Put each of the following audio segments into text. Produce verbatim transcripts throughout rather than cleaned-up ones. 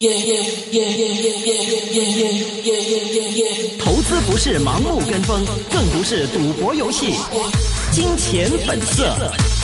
投资不是盲目跟风，更不是赌博游戏。金钱本色。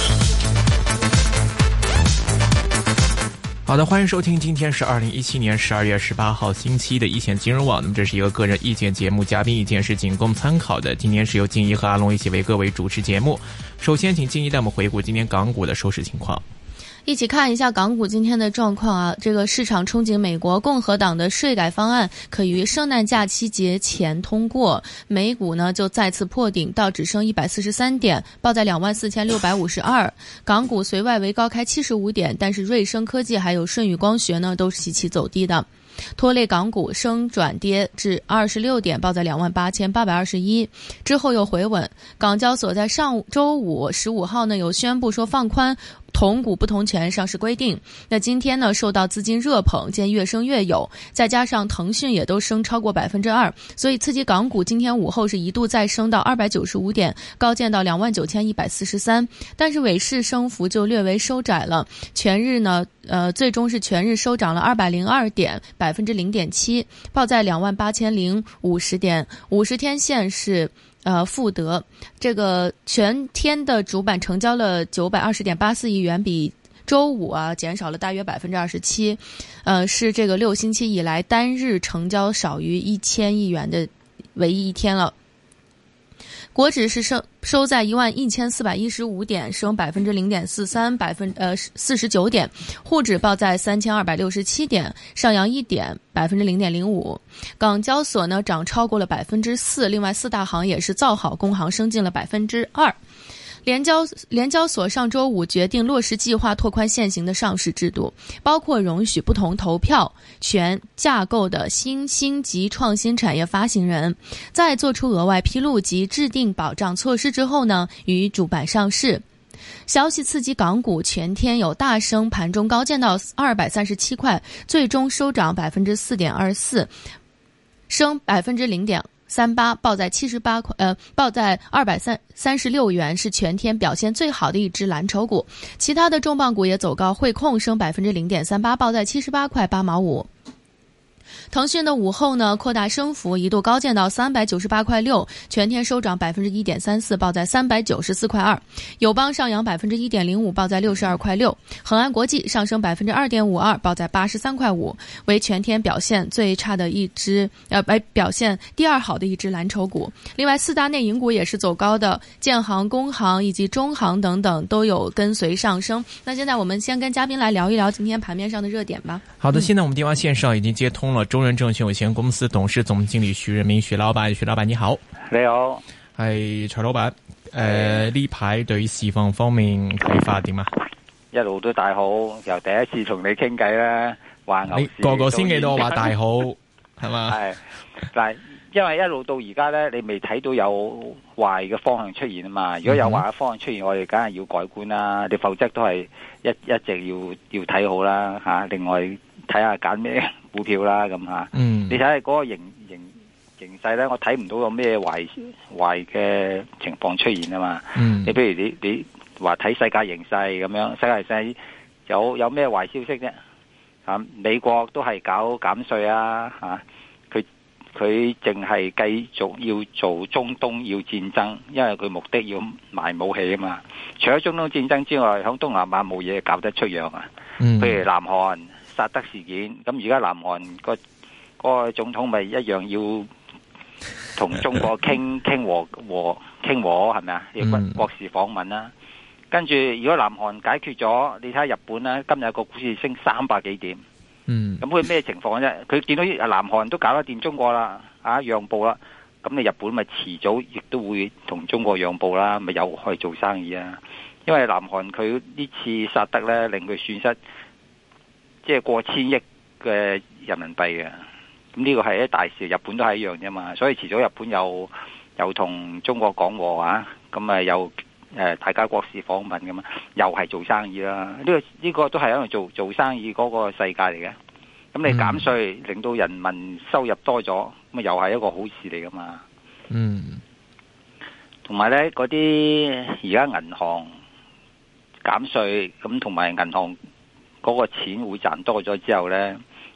好的，欢迎收听，今天是二零一七年十二月十八号星期的一线金融网。那么这是一个个人意见节目，嘉宾意见是仅供参考的。今天是由静怡和阿龙一起为各位主持节目。首先请静怡带我们回顾今天港股的收市情况。 一起看一下港股今天的状况啊！这个市场憧憬美国共和党的税改方案可于圣诞假期节前通过，美股呢就再次破顶，道指升一百四十三点，报在两万四千六百五十二。港股随外围高开七十五点，但是瑞声科技还有舜宇光学呢都是齐齐走低的，拖累港股升转跌至二十六点，报在两万八千八百二十一，之后又回稳。港交所在上周五十五号呢有宣布说放宽同股不同权上市规定。那今天呢受到资金热捧，见越升越有，再加上腾讯也都升超过百分之二，所以刺激港股今天午后是一度再升到二百九十五点，高见到两万九千一百四十三，但是尾市升幅就略微收窄了，全日呢呃最终是全日收涨了二百零二点，百分之零点七，报在两万八千零五十点，五十天线是。呃，富德这个全天的主板成交了九百二十点八四亿元，比周五啊减少了大约百分之二十七，呃，是这个六星期以来单日成交少于一千亿元的唯一一天了。国指是收收在一万一千四百一十五点，升百分之零点四三，百分呃四十九点。沪指报在三千二百六十七点，上扬一点，百分之零点零五。港交所呢涨超过了百分之四，另外四大行也是造好，工行升进了百分之二。联交联交所上周五决定落实计划，拓宽现行的上市制度，包括容许不同投票权架构的新兴及创新产业发行人，在做出额外披露及制定保障措施之后呢，于主板上市。消息刺激港股全天有大升，盘中高见到二百三十七块，最终收涨百分之四点二四，升百分之零点。三八报在七十八块，呃，报在二百三三十六元，是全天表现最好的一只蓝筹股。其他的重磅股也走高，汇控升百分之零点三八，报在七十八块八毛五。腾讯的午后呢扩大升幅，一度高见到三百九十八块六，全天收涨百分之一点三四，报在三百九十四块二。友邦上扬百分之一点零五，报在六十二块六。恒安国际上升百分之二点五二，报在八十三块五，为全天表现最差的一只，呃，表现第二好的一只蓝筹股。另外四大内银股也是走高的，建行、工行以及中行等等都有跟随上升。那现在我们先跟嘉宾来聊一聊今天盘面上的热点吧。 好的， 嗯、 现在我们电话线上已经接通了中人证券有限公司董事總經理徐潤民，徐老闆，徐老闆你好。 你好， 係徐老闆。誒呢排對市況方面睇法點啊？ 一路都大好，由第一次同你傾偈咧，話牛市你個個星期都話大好，係嘛？ 係嗱，因為一路到而家咧，你未睇到有壞嘅方向出現啊嘛。如果有壞嘅方向出現，我哋梗係要改觀啦。你否則都係一一直要要睇好啦嚇、啊。另外睇下揀咩股票啦咁嚇。嗯，你睇下嗰個形形形勢咧，我睇唔到有咩壞壞嘅情況出現啊嘛。嗯，你譬如你你話睇世界形勢咁樣，世界形勢有有咩壞消息啫？嚇、啊，美國都係搞減稅啊嚇，佢佢淨係繼續要做中東要戰爭，因為佢目的要賣武器啊嘛。除咗中東戰爭之外，響東南亞冇嘢搞得出樣啊。嗯，譬如南韓薩德事件，咁而家南韓個嗰個總統咪一樣要同中國傾傾和和傾和係咪啊？要國事訪問啦。跟住如果南韓解決咗，你睇下日本咧，今日個股市升三百幾點。嗯，咁佢咩情況啫？佢見到南韓都搞得掂中國啦，啊讓步啦，咁你日本咪遲早亦都會同中國讓步啦，咪又可以做生意啊？因為南韓佢呢次殺得咧，令佢損失即係過千億嘅人民幣嘅，咁呢個係一大事。日本都係一樣啫嘛，所以遲早日本又又同中國講和啊，咁啊又誒大家國事訪問咁嘛，又係做生意啦。呢個呢個都係一個做做生意嗰個世界嚟嘅。咁你減稅令到人民收入多咗，咁啊又係一個好事嚟噶嘛。嗯，同埋咧嗰啲而家銀行減稅，咁同埋銀行嗰個錢會賺多咗之後咧，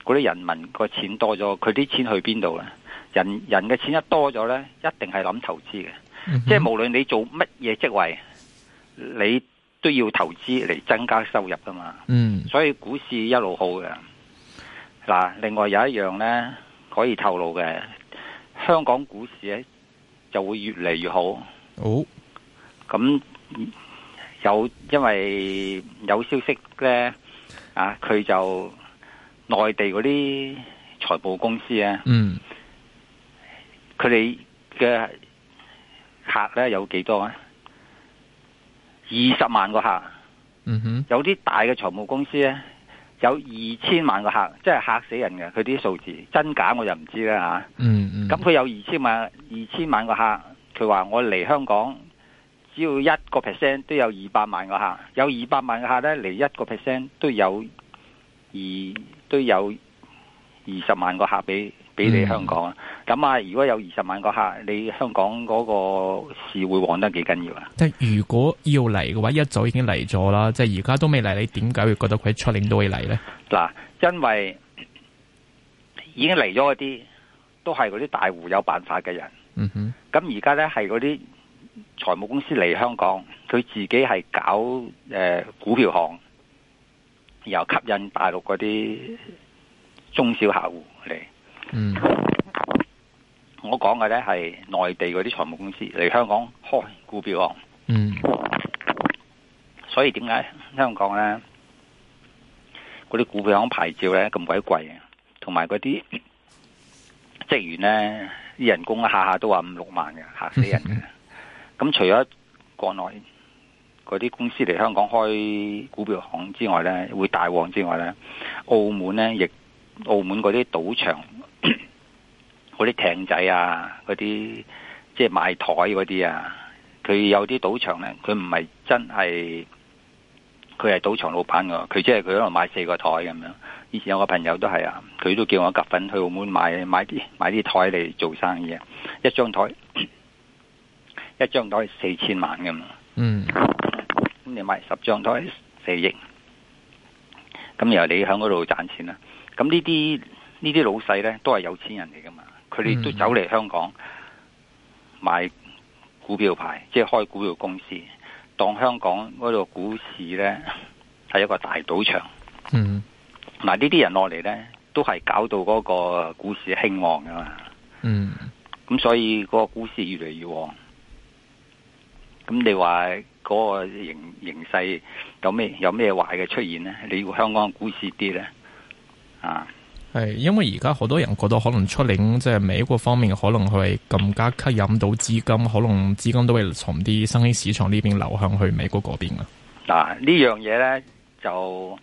嗰啲人民個錢多咗，佢啲錢去邊度咧？人人嘅錢一多咗咧，一定係諗投資嘅。嗯、即係無論你做乜嘢職位，你都要投資嚟增加收入噶嘛。嗯，所以股市一路好嘅。嗱，另外有一樣咧可以透露嘅，香港股市咧就會越嚟越好。 哦， 咁有因為有消息咧，啊，佢就內地嗰啲財務公司啊，嗯。佢哋嘅客咧有幾多啊？二十萬個客，嗯哼，有啲大嘅財務公司咧有二千萬個客，即係嚇死人嘅。佢啲數字真假我就唔知啦吓。嗯嗯。咁佢有二千萬二千萬個客，佢話我嚟香港只要一個 percent 都有二百萬個客，有二百萬個客咧嚟一個 percent 都有二都有二十萬個客俾。俾你香港啊！咁啊，如果有二十萬個客，你香港嗰個市會旺得幾緊要啊？ 即係如果要嚟嘅話，一早已經嚟咗啦。即係而家都未嚟，你點解會覺得佢出年都會嚟咧？ 嗱，因為已經嚟咗嗰啲，都係嗰啲大戶有辦法嘅人。嗯哼。咁而家咧係嗰啲財務公司嚟香港，佢自己係搞誒、呃、股票行，又吸引大陸嗰啲中小客戶嚟。嗯，我講嘅咧係內地嗰啲財務公司嚟香港開股票行。嗯，所以點解香港咧嗰啲股票行牌照咧咁鬼貴啊？同埋嗰啲職員咧啲人工下下都話五六萬嘅，嚇死人嘅。咁除咗國內嗰啲公司嚟香港開股票行之外咧，會大旺之外咧，澳門咧亦澳門嗰啲賭場。嗰啲艇仔啊，嗰啲即係賣台嗰啲啊，佢有啲賭場咧，佢唔係真係，佢係賭場老闆噶，佢即係佢喺度買四個台咁樣。以前有個朋友都係啊，佢都叫我夾份去澳門買買啲買啲台嚟做生意啊，一張台一張台四千萬噶嘛。嗯，咁你買十張台四億，咁然後你喺嗰度賺錢啦。咁呢啲呢啲老細咧都係有錢人嚟噶嘛。佢哋都走嚟香港買股票牌，即係開股票公司，當香港嗰個股市咧係一個大賭場。嗯，嗱呢啲人落嚟咧，都係搞到嗰個股市興旺噶嘛。嗯，咁所以嗰個股市越嚟越旺。咁你話嗰個形形勢有咩有咩壞嘅出現咧？你要香港股市跌咧？啊？ 係，因為而家好多人覺得可能出年即係美國方面可能會更加吸引到資金，可能資金都會從啲新興市場呢邊流向去美國嗰邊啊。 嗱，呢樣嘢咧就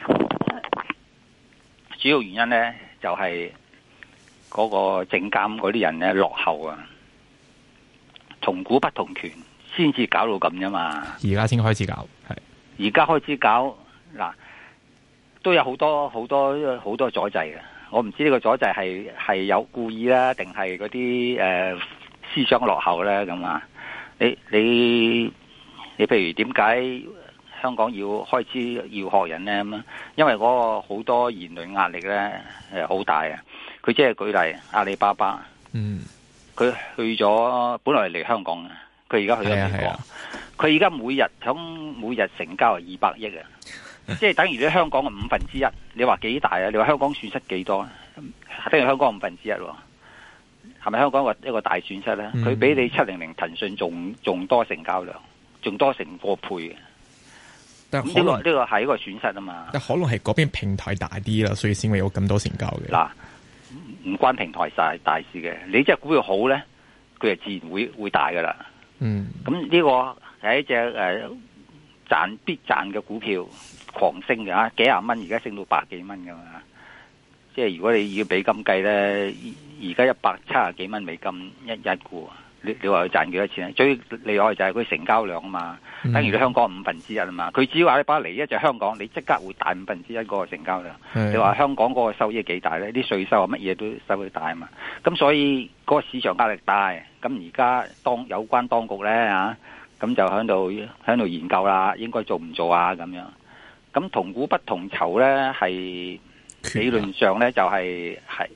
主要原因咧就係嗰個證監嗰啲人咧落後啊，同股不同權，先至搞到咁啫嘛。 而家先開始搞，係而家開始搞嗱。都有好多好多好多阻滯嘅，我唔知呢個阻滯係係有故意啦，定係嗰啲誒思想落後咧咁啊？你你你譬如點解香港要開始要學人咧咁啊？因為嗰個好多言論壓力咧誒好大啊！佢即係舉例阿里巴巴，嗯，佢去咗本來嚟香港嘅，佢而家去咗美國，佢而家每日響每日成交係二百億啊！即係等於你香港嘅五分之一，你話幾大啊？你話香港損失幾多？等於香港五分之一，係咪香港一個一個大損失咧？佢、嗯、比你七零零騰訊仲仲多成交量，仲多成個倍嘅。但係呢、這個呢、這個係一個損失啊嘛。 但可能係嗰邊平台大啲啦，所以先會有咁多成交嘅。 嗱，唔關平台大大事嘅，你即係股票好咧，佢就自然會會大噶啦。嗯，咁呢個係一隻誒賺必賺嘅股票。狂升嘅嚇，幾廿蚊而家升到百幾蚊噶嘛，即係如果你要俾金計咧，而家一百七十幾蚊美金一一股，你你話佢賺幾多錢咧？最厲害就係佢成交量啊嘛，嗯、等於你香港五分之一啊嘛，佢只要阿里巴巴嚟一隻香港，你即刻會大五分之一個成交量。嗯、你話香港嗰個收益幾大咧？啲稅收啊乜嘢都收得大啊嘛，咁所以嗰個市場壓力大，咁而家當有關當局咧嚇，咁就喺度喺度研究啦，應該做唔做啊咁樣。咁同股不同酬咧，係理論上咧就係係，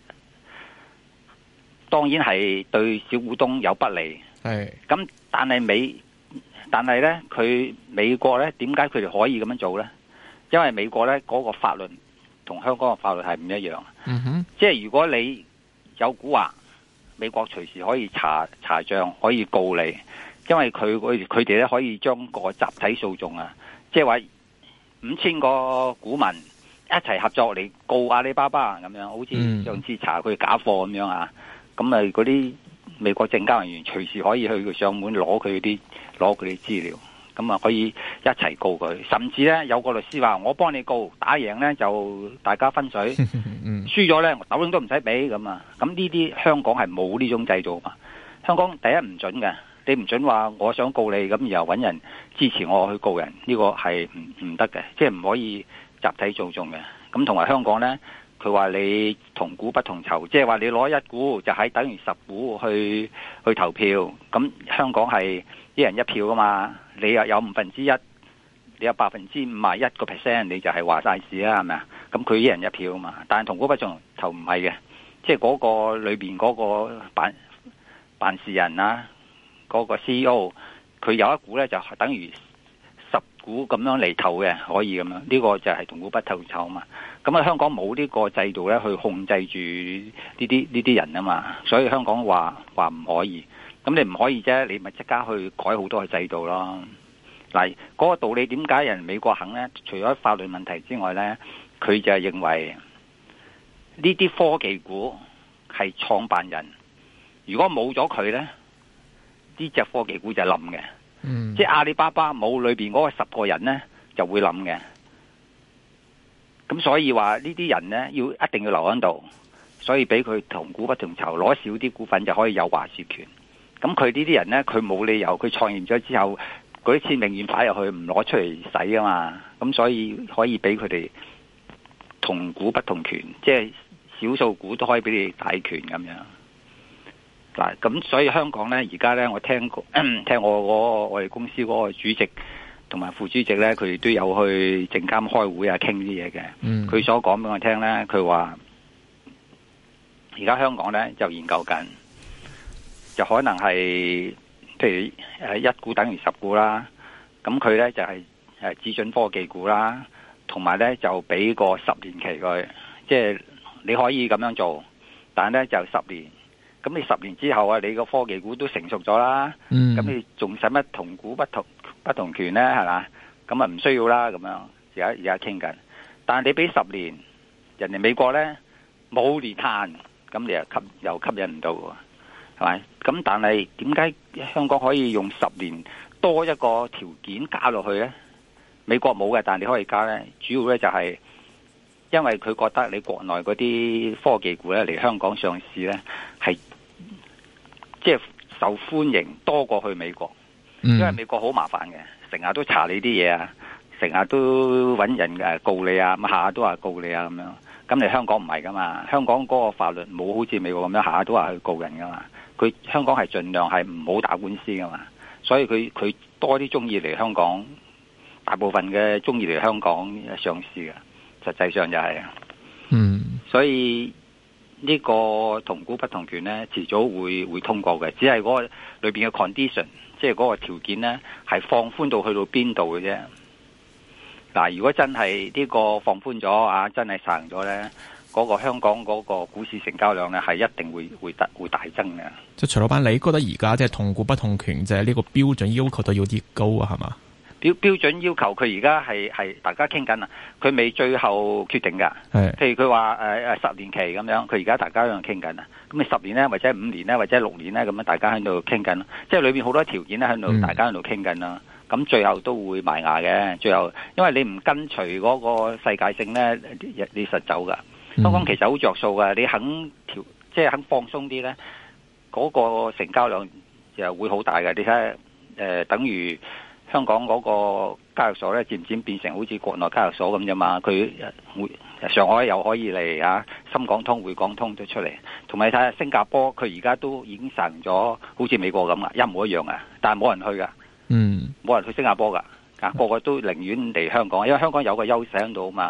當然係對小股東有不利。 係咁，但係美，但係咧佢美國咧點解佢哋可以咁樣做咧？因為美國咧嗰個法律同香港嘅法律係唔一樣。 嗯哼， 即係如果你有蠱惑，美國隨時可以查查賬，可以告你，因為佢佢佢哋咧可以將個集體訴訟啊，即係話五千個股民一齊合作嚟告阿里巴巴咁樣，好似上次查佢假貨咁樣啊，咁咪嗰啲美國證交人員隨時可以去佢上門攞佢啲攞佢啲資料，咁啊可以一齊告佢，甚至咧有個律師話我幫你告，打贏咧就大家分水，輸咗咧我斗零都唔使俾咁啊，咁呢啲香港係冇呢種制度嘛，香港第一唔准嘅。你唔准話我想告你，咁然後揾人支持我去告人，呢個係唔唔得嘅，即係唔可以集體訴訟嘅。咁同埋香港呢，佢話你同股不同酬，即係話你攞一股就係等於十股去去投票。咁香港係一人一票噶嘛，你又有五分之一，你有百分之五十一個 percent， 你就係話晒事啦，係咪啊？咁佢一人一票啊嘛，但係同股不同酬唔係嘅，即係嗰個裏邊嗰個辦辦事人啊。嗰個 C E O 佢有一股咧，就等於十股咁樣嚟投嘅，可以咁樣。呢個就係同股不同酬嘛。咁啊，香港冇呢個制度咧，去控制住呢啲呢啲人啊嘛。所以香港話話唔可以。咁你唔可以啫，你咪即刻去改好多嘅制度咯。嗱，嗰個道理點解人美國肯咧？除咗法律問題之外咧，佢就係認為呢啲科技股係創辦人，如果冇咗佢咧。呢隻科技股就冧嘅，嗯、即係阿里巴巴冇裏邊嗰個十個人呢就會冧嘅。咁所以話呢啲人呢要一定要留喺度，所以俾佢同股不同酬，攞少啲股份就可以有話事權。咁佢呢啲人呢，佢冇理由佢創業咗之後嗰啲錢永遠擺入去唔攞出嚟使噶嘛。咁所以可以俾佢哋同股不同權，即係少數股都可以俾你大權咁樣。嗱，咁所以香港咧，而家咧，我聽過聽我我我哋公司嗰個主席同埋副主席咧，佢哋都有去證監開會啊，傾啲嘢嘅。佢、嗯、所講俾我聽咧，佢話而家香港咧就研究緊，就可能係譬如誒一股等於十股啦。咁佢咧就係誒只准科技股啦，同埋咧就俾個十年期佢，即係你可以咁樣做，但係咧就十年。咁你十年之後啊，你個科技股都成熟咗啦，咁、嗯、你仲使乜同股不同不同權咧？係嘛？咁啊唔需要啦，咁樣而家而家傾緊。但係你俾十年，人哋美國咧冇年限，咁你又吸又吸引唔到喎，係咪？咁但係點解香港可以用十年多一個條件加落去咧？美國冇嘅，但係你可以加咧。主要咧就係因為佢覺得你國內嗰啲科技股咧嚟香港上市咧係。即係受歡迎多過去美國，因為美國好麻煩嘅，成日都查你啲嘢啊，成日都揾人誒告你啊，咁下下都話告你啊咁樣。咁你香港唔係噶嘛，香港嗰個法律冇好似美國咁樣下下都話去告人噶嘛。佢香港係盡量係唔好打官司噶嘛，所以佢佢多啲中意嚟香港，大部分嘅中意嚟香港上市嘅，實際上就係、是，嗯，所以。呢個同股不同權呢，遲早會會通過嘅，只係嗰個裏邊嘅 condition，即係嗰個條件呢，係放寬到去到邊度嘅啫。嗱，如果真係呢個放寬咗啊，真係實行咗呢，嗰、嗰個香港嗰個股市成交量呢，係一定會會大會大增嘅。即係徐老闆，你覺得而家即係同股不同權，即係呢個標準要求都有啲高啊？係嘛？標標準要求佢而家係係大家傾緊啊，佢未最後決定噶。係，譬如佢話誒誒十年期咁樣，佢而家大家喺度傾緊啊。咁你十年咧，或者五年咧，或者六年咧，咁樣大家喺度傾緊咯。即係裏邊好多條件咧喺度，大家喺度傾緊啦。咁、嗯、最後都會埋牙嘅。最後，因為你唔跟隨嗰個世界性咧，你實走噶。香港其實好着數噶，你肯調，即係肯放鬆啲咧，嗰、嗰個成交量就會好大嘅。你睇下誒，等於。香港嗰個交易所咧，漸漸變成好似國內交易所咁啫嘛。佢會上海又可以嚟啊，深港通、匯港通都出嚟。同埋睇下新加坡，佢而家都已經實行咗，好似美國咁啊，一模一樣啊。但係冇人去噶，嗯，冇人去新加坡噶，啊，個個都寧願嚟香港，因為香港有個優勢喺度啊嘛。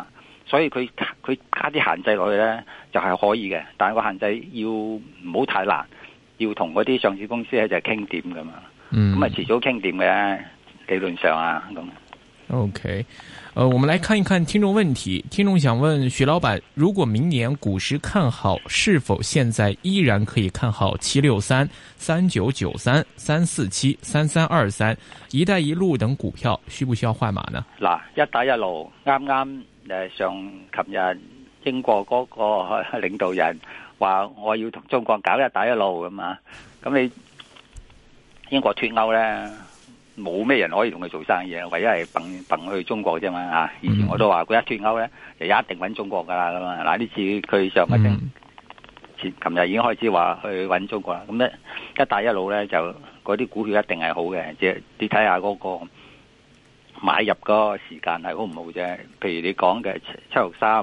所以佢佢加啲限制落去咧就係、是、可以嘅，但係個限制要唔好太難，要同嗰啲上市公司咧就係傾掂噶嘛。嗯，咁啊遲早傾掂嘅，理論上啊咁。 OK，呃，我們來看一看聽眾問題。聽眾想問徐老闆，如果明年股市看好，是否現在依然可以看好七六三、三九九三、三四七、三三二三、一帶一路等股票，需不需要換碼呢？ 嗱，一帶一路啱啱誒上琴日英國嗰個領導人話我要同中國搞一帶一路咁啊，咁你英國脫歐咧？冇咩人可以同佢做生意，唯一係揼揼去中國啫嘛嚇。以前我都話佢一脫歐咧，就一定揾中國噶啦咁啊。嗱，呢次佢上一定前琴日已經開始話去揾中國啦。咁咧一帶一路咧就嗰啲股票一定係好嘅，即係你睇下嗰個買入嗰個時間係好唔好啫。譬如你講嘅七六三，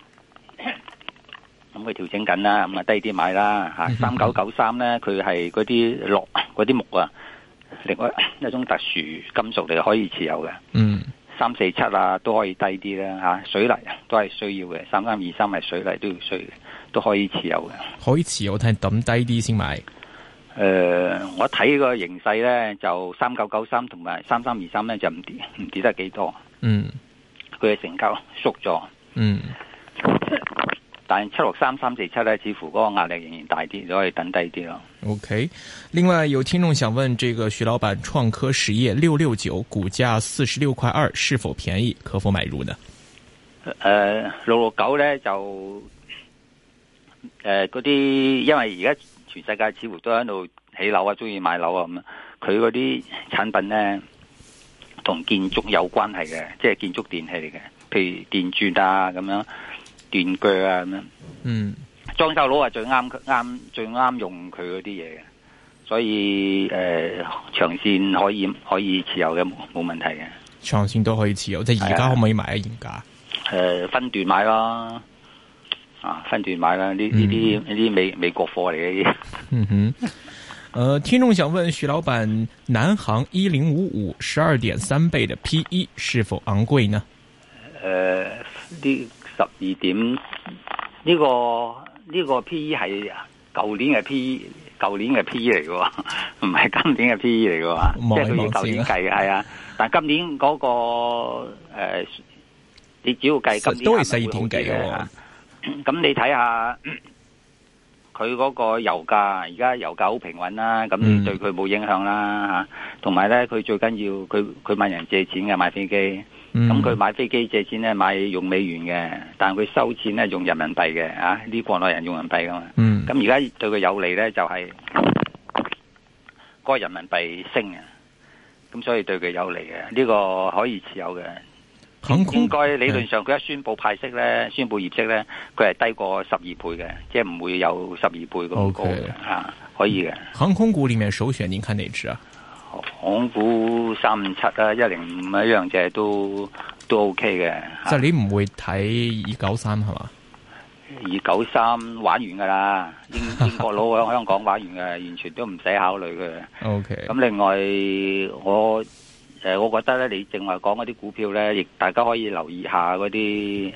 咁佢調整緊啦，咁啊低啲買啦嚇。三九九三咧，佢係嗰啲落嗰啲木啊。另外一種特殊金屬你可以持有嘅，嗯，三四七啊都可以低啲啦吓，水泥都係需要嘅，三三二三係水泥都要需要，都可以持有嘅。可以持有，睇抌低啲先買。誒、呃，我睇個形勢咧，就三九九三同埋三三二三咧就唔跌唔跌得幾多。嗯，佢嘅成交縮咗。嗯。但係七六三三四七咧，似乎嗰個壓力仍然大啲，就可以等低啲咯。OK， 另外有聽眾想問，這個徐老闆，創科實業六六九股價四十六塊二，是否便宜？可否買入呢？誒，六六九咧就誒嗰啲，因為而家全世界似乎都喺度起樓啊，中意買樓啊咁，佢嗰啲產品咧同建築有關係嘅，即係建築電器嚟嘅，譬如電鑽啊咁樣。電鋸啊咁樣，嗯，裝修佬係最啱啱最啱用佢嗰啲嘢嘅，所以誒、呃、長線可以可以持有嘅冇冇問題嘅，長線都可以持有，即係而家可唔可以買啊？現價誒分段買咯，啊分段買啦，呢呢啲呢啲美美國貨嚟嘅啲。嗯哼，誒、呃，聽眾想問徐老闆，南航一零五五十二點三倍的 P E 是否昂貴呢？誒、呃，呢。十二點呢、這個呢、這個 P E 係舊年嘅 P E， 舊年嘅 P E 嚟嘅，唔係今年嘅 P E 嚟嘅，即係佢要舊年計嘅，係啊。但係今年嗰、那個誒、呃，你只要計今年都係十二點計嘅。咁你睇下佢嗰個油價，而家油價好平穩啦，咁你對佢冇影響啦吓。同埋咧，佢最緊要佢佢問人借錢嘅，買飛機。咁佢、嗯、買飛機借錢咧，買用美元嘅，但係佢收錢咧用人民幣嘅，啊呢國內人用人民幣噶嘛。咁而家對佢有利咧，就係、是、嗰個人民幣升啊，咁所以對佢有利嘅，呢、這個可以持有嘅。應該理論上佢一宣布派息咧，宣布業績咧，佢係低過十二倍嘅，即係唔會有十二倍咁高嘅啊，可以嘅。航空股裏面首選，您看哪支啊？航空股三五七啊，一零五一樣嘢都都 OK 嘅。即係你唔會睇二九三係嘛？二九三玩完噶啦，英英國佬喺香港玩完嘅，完全都唔使考慮嘅。OK。咁另外我誒、呃，我覺得咧，你正話講嗰啲股票咧，亦大家可以留意下嗰啲誒，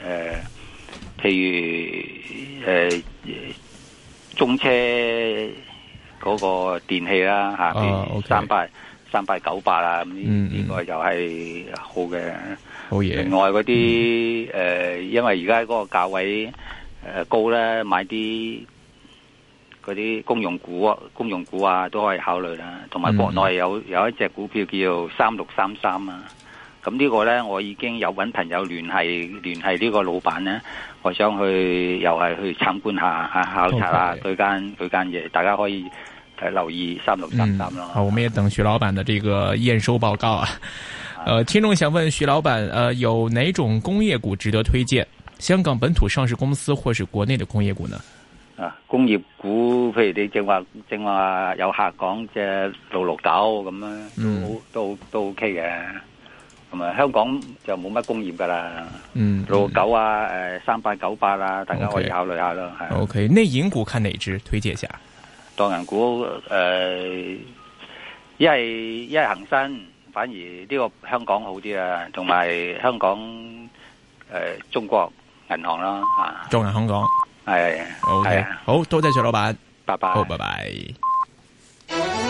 譬如誒、呃、中車嗰個電器啦吓，譬如三百。三八九八啊，咁呢呢個又係好嘅，好嘢。另外嗰啲誒，因為而家嗰個價位誒、呃、高咧，買啲嗰啲公用股啊，公用股啊都可以考慮啦。同埋國內有有一隻股票叫做三六三三啊，咁呢個咧我已經有搵朋友聯繫聯繫呢個老闆咧，我想去又係去參觀下吓考察下佢間佢間嘢，大家可以。留意三六三三咯。好，我們也等徐老闆的這個驗收報告啊。呃，聽眾想問徐老闆，呃，有哪種工業股值得推薦？香港本土上市公司或是國內的工業股呢？啊，工業股，譬如你正話正話有客講隻六六九咁樣，都都都 OK 嘅。咁啊，香港就冇乜工業噶啦。嗯，六六九啊，誒，三八九八啊，大家可以考慮下咯。係。OK，內銀股看哪支？推薦下。當人股誒，一係一係恒生，反而呢個香港好啲啊，同埋香港誒、呃、中國銀行咯啊， 中銀香港係 ，OK， 係啊， 好多謝徐老闆， 拜拜， 好，拜拜。